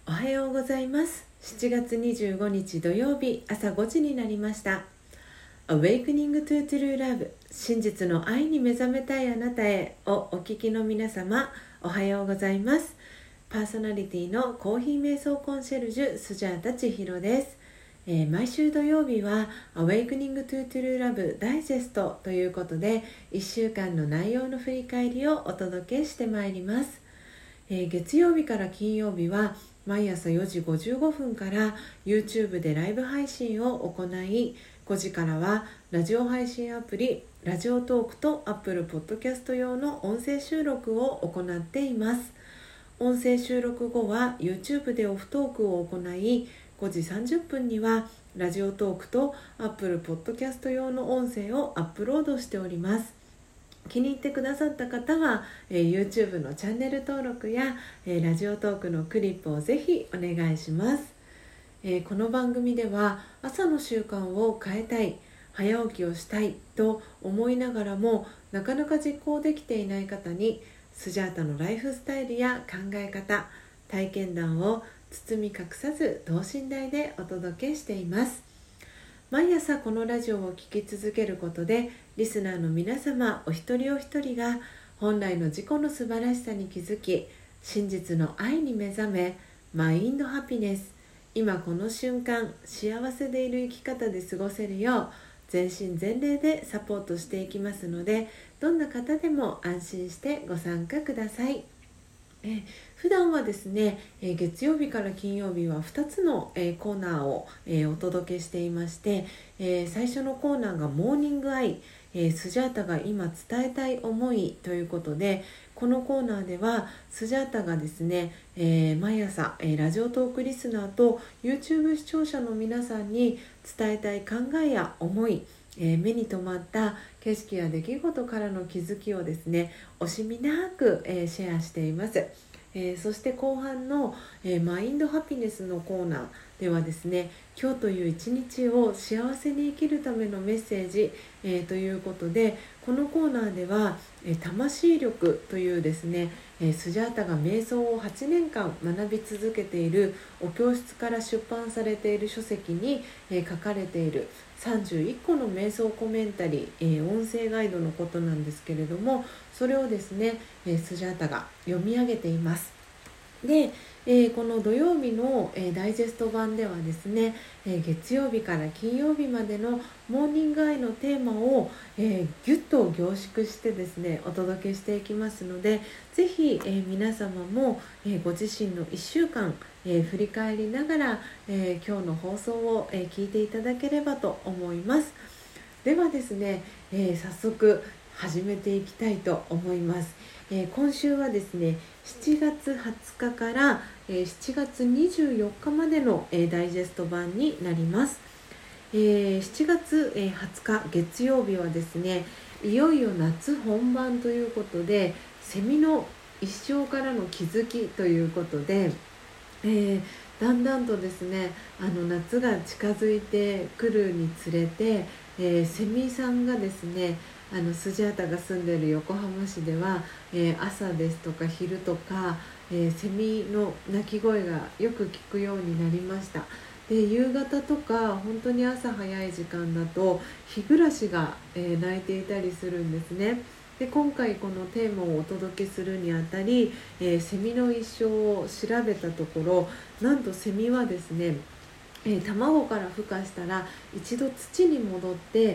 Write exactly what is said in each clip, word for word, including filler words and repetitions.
おはようございます。しちがつにじゅうごにち土曜日朝ごじになりました。 Awakening to True Love 真実の愛に目覚めたいあなたへをお聞きの皆様、おはようございます。パーソナリティのコーヒー瞑想コンシェルジュスジャータ千尋です。えー、毎週土曜日は Awakening to True Love ダイジェストということでいっしゅうかんの内容の振り返りをお届けしてまいります。えー、月曜日から金曜日は毎朝よじごじゅうごふんから YouTube でライブ配信を行い、ごじからはラジオ配信アプリラジオトークと Apple Podcast 用の音声収録を行っています。音声収録後は YouTube でオフトークを行い、ごじさんじゅっぷんにはラジオトークと Apple Podcast 用の音声をアップロードしております。気に入ってくださった方は、えー、YouTube のチャンネル登録や、えー、ラジオトークのクリップをぜひお願いします。えー、この番組では朝の習慣を変えたい、早起きをしたいと思いながらもなかなか実行できていない方にスジャータのライフスタイルや考え方、体験談を包み隠さず等身大でお届けしています。毎朝このラジオを聴き続けることでリスナーの皆様お一人お一人が本来の自己の素晴らしさに気づき、真実の愛に目覚め、マインドハピネス、今この瞬間幸せでいる生き方で過ごせるよう全身全霊でサポートしていきますので、どんな方でも安心してご参加ください。え普段はですね、え月曜日から金曜日はふたつの、えコーナーを、えお届けしていまして、え最初のコーナーがモーニングアイ、えスジャータが今伝えたい思いということで、このコーナーではスジャータがですね、えー、毎朝、えー、ラジオトークリスナーと YouTube 視聴者の皆さんに伝えたい考えや思い、えー、目に留まった景色や出来事からの気づきをですね、惜しみなく、えー、シェアしています。えー、そして後半の、えー、マインドハピネスのコーナーではですね、今日という一日を幸せに生きるためのメッセージ、えー、ということで、このコーナーでは、えー、魂力というですね、えー、スジャータが瞑想をはちねんかん学び続けているお教室から出版されている書籍に、えー、書かれているさんじゅういっこの瞑想コメンタリー、えー、音声ガイドのことなんですけれども、それをですね、えー、スジャータが読み上げています。で、えー、この土曜日の、えー、ダイジェスト版ではですね、えー、月曜日から金曜日までのモーニングアイのテーマを、えー、ギュッと凝縮してですねお届けしていきますので、ぜひ、えー、皆様も、えー、ご自身のいっしゅうかん、えー、振り返りながら、えー、今日の放送を、えー、聞いていただければと思います。ではですね、えー、早速始めていきたいと思います。えー、今週はですねしちがつはつかから、えー、しちがつにじゅうよっかまでの、えー、ダイジェスト版になります。えー、しちがつはつか月曜日はですね、いよいよ夏本番ということで、セミの一生からの気づきということで、えー、だんだんとですねあの夏が近づいてくるにつれて、えー、セミさんがですね、あのスジャータが住んでいる横浜市では、えー、朝ですとか昼とか、えー、セミの鳴き声がよく聞くようになりました。で夕方とか本当に朝早い時間だと日暮らしが、えー、鳴いていたりするんですね。で今回このテーマをお届けするにあたり、えー、セミの一生を調べたところ、なんとセミはですね、えー、卵から孵化したら一度土に戻って、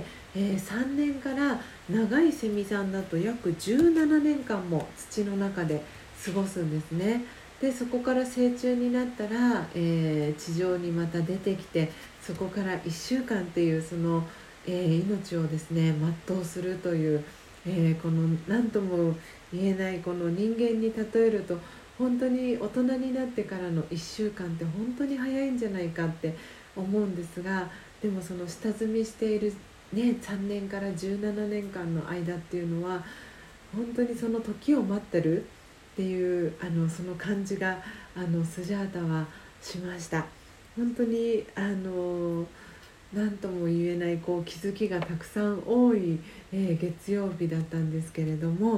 えー、さんねんから長いセミさんだと約じゅうななねんかんも土の中で過ごすんですね。でそこから成虫になったら、えー、地上にまた出てきて、そこからいっしゅうかんっていうその、えー、命をですね全うするという、えー、この何とも言えないこの人間に例えると、本当に大人になってからのいっしゅうかんって本当に早いんじゃないかって思うんですが、でもその下積みしている、ね、さんねんからじゅうななねんかんの間っていうのは本当にその時を待ってるっていうあのその感じがあのスジャータはしました。本当にあの何とも言えないこう気づきがたくさん多い、えー、月曜日だったんですけれども、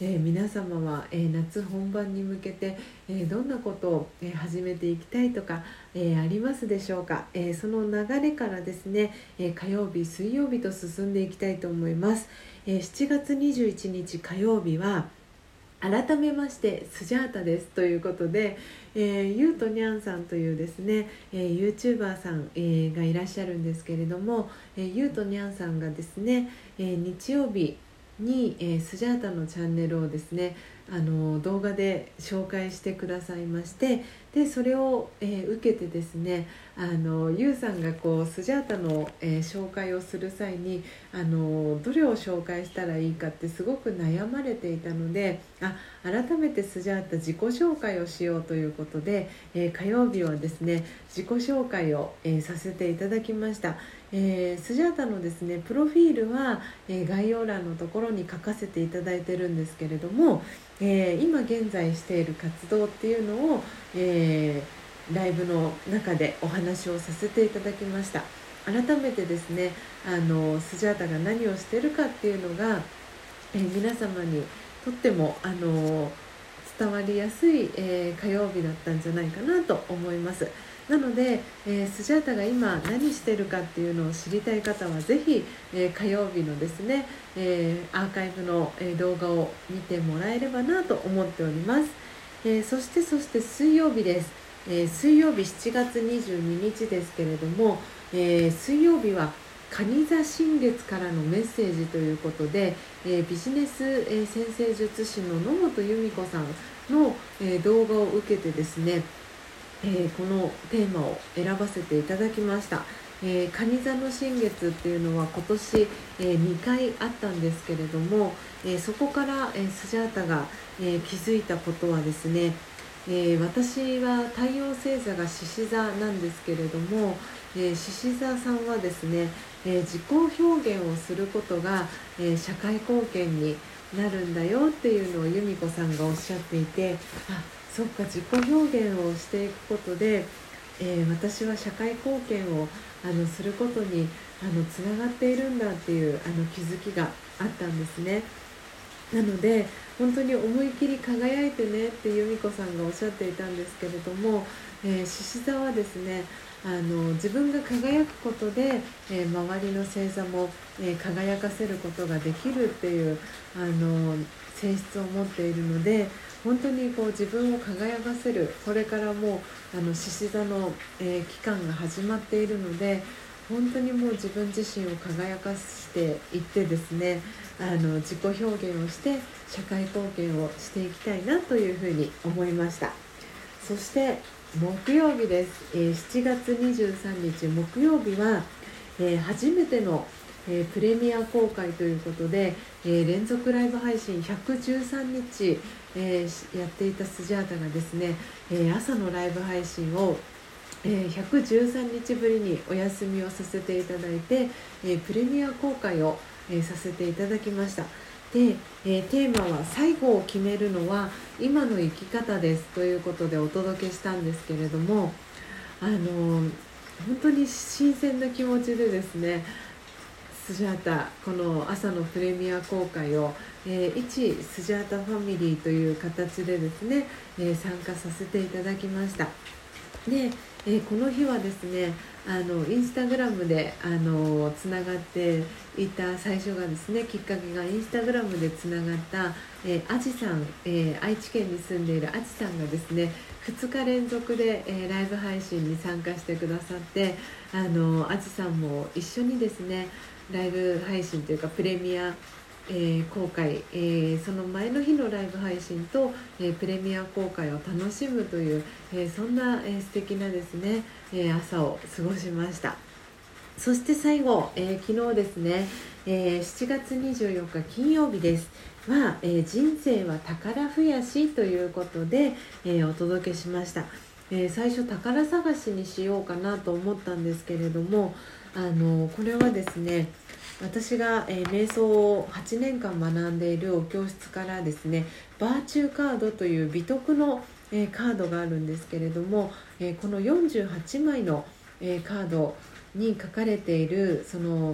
えー、皆様は、えー、夏本番に向けて、えー、どんなことを、えー、始めていきたいとか、えー、ありますでしょうか。えー、その流れからですね、えー、火曜日水曜日と進んでいきたいと思います。えー、しちがつにじゅういちにち火曜日は改めましてスジャータですということで、えー、ゆうとにゃんさんというですね、えー、YouTuber さん、えー、がいらっしゃるんですけれども、えー、ゆうとにゃんさんがですね、えー、日曜日に、えー、スジャータのチャンネルをですね、あの動画で紹介してくださいまして、でそれを、えー、受けてですね、あのゆうさんがこうスジャータの、えー、紹介をする際にあのどれを紹介したらいいかってすごく悩まれていたので、あ改めてスジャータ自己紹介をしようということで、えー、火曜日はですね自己紹介を、えー、させていただきました。えー、スジャータのですねプロフィールは、えー、概要欄のところに書かせていただいてるんですけれども、えー、今現在している活動っていうのを、えー、ライブの中でお話をさせていただきました。改めてですねあのスジャータが何をしているかっていうのが、えー、皆様にとってもあの伝わりやすい、えー、火曜日だったんじゃないかなと思います。なので、えー、スジャータが今何してるかっていうのを知りたい方はぜひ、えー、火曜日のですね、えー、アーカイブの、えー、動画を見てもらえればなと思っております。えー、そしてそして水曜日です。えー、水曜日しちがつにじゅうににちですけれども、えー、水曜日は蟹座新月からのメッセージということで、えー、ビジネス、えー、先生術師の野本由美子さんの、えー、動画を受けてですね、えー、このテーマを選ばせていただきました。えー、蟹座の新月っていうのは今年、えー、にかいあったんですけれども、えー、そこから、えー、スジャータが、えー、気づいたことはですね、えー、私は太陽星座が獅子座なんですけれども、えー、獅子座さんはですね、えー、自己表現をすることが、えー、社会貢献になるんだよっていうのを由美子さんがおっしゃっていて、あそっか自己表現をしていくことで、えー、私は社会貢献をあのすることにあのつながっているんだっていうあの気づきがあったんですね。なので本当に思い切り輝いてねって由美子さんがおっしゃっていたんですけれども、えー、獅子座はですねあの自分が輝くことで、えー、周りの星座も、えー、輝かせることができるっていうあの性質を持っているので、本当にこう自分を輝かせる、これからもうあの獅子座の、えー、期間が始まっているので、本当にもう自分自身を輝かしていってですね、あの自己表現をして社会貢献をしていきたいなというふうに思いました。そして木曜日です、えー、しちがつにじゅうさんにち木曜日は、えー、初めての、えー、プレミア公開ということで、えー、連続ライブ配信ひゃくじゅうさんにち、えー、やっていたスジャータがですね、えー、朝のライブ配信をえー、ひゃくじゅうさんにちぶりにお休みをさせていただいて、えー、プレミア公開を、えー、させていただきました。で、えー、テーマは最後を決めるのは今の生き方ですということでお届けしたんですけれども、あのー、本当に新鮮な気持ちでですね、スジャータこの朝のプレミア公開を、えー、一スジャータファミリーという形でですね、えー、参加させていただきました。で、えー、この日はですねあのインスタグラムであのつながっていた最初がですねきっかけがインスタグラムでつながった、えー、アジさん、えー、愛知県に住んでいるアジさんがですねふつか連続で、えー、ライブ配信に参加してくださって、あのアジさんも一緒にですねライブ配信というかプレミアえー、公開、えー、その前の日のライブ配信と、えー、プレミア公開を楽しむという、えー、そんな、えー、素敵なですね、えー、朝を過ごしました。そして最後、えー、昨日ですね、えー、しちがつにじゅうよっか金曜日ですは、えー、人生は宝増やしということで、えー、お届けしました。えー、最初宝探しにしようかなと思ったんですけれども、あのこれはですね私が、えー、瞑想をはちねんかん学んでいるお教室からですねバーチューカードという美徳の、えー、カードがあるんですけれども、えー、このよんじゅうはちまいの、えー、カードに書かれているその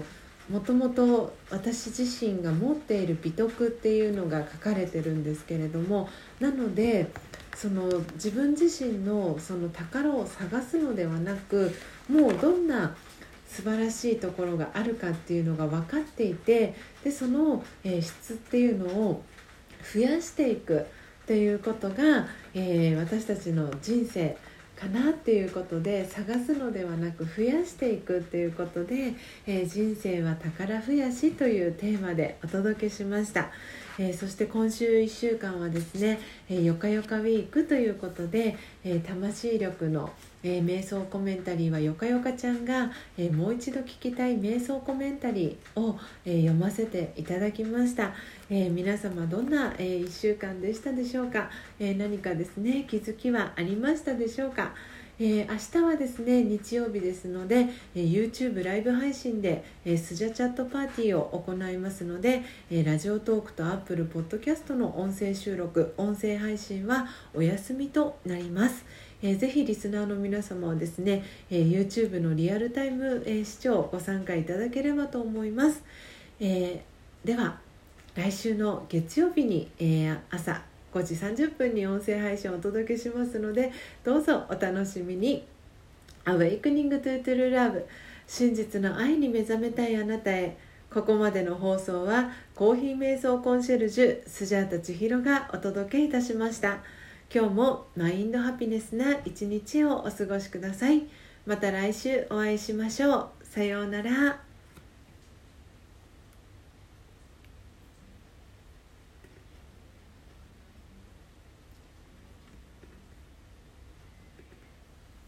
もともと私自身が持っている美徳っていうのが書かれてるんですけれども、なのでその自分自身のその宝を探すのではなく、もうどんな素晴らしいところがあるかっていうのが分かっていて、でその、えー質っていうのを増やしていくということが、えー私たちの人生かなっていうことで、探すのではなく増やしていくっていうことで、えー人生は宝増やしというテーマでお届けしました。えーそして今週いっしゅうかんはですね、えーよかよかウィークということで、えー魂力の、えー瞑想コメンタリーはよかよかちゃんが、えーもう一度聞きたい瞑想コメンタリーを、えー読ませていただきました。えー皆様どんな、えーいっしゅうかんでしたでしょうか。えー何かですね気づきはありましたでしょうか。えー明日はですね日曜日ですので、えー YouTube ライブ配信で、えースジャチャットパーティーを行いますので、えーラジオトークと Apple Podcast の音声収録音声配信はお休みとなります。えーぜひリスナーの皆様はですね、えー YouTube のリアルタイム、えー視聴ご参加いただければと思います。えーでは来週の月曜日に、えー朝ごじさんじゅっぷんに音声配信をお届けしますので、どうぞお楽しみに。 Awakening to True Love 真実の愛に目覚めたいあなたへ。ここまでの放送はコーヒー瞑想コンシェルジュスジャータ千尋がお届けいたしました。今日もマインドハピネスな一日をお過ごしください。また来週お会いしましょう。さようなら。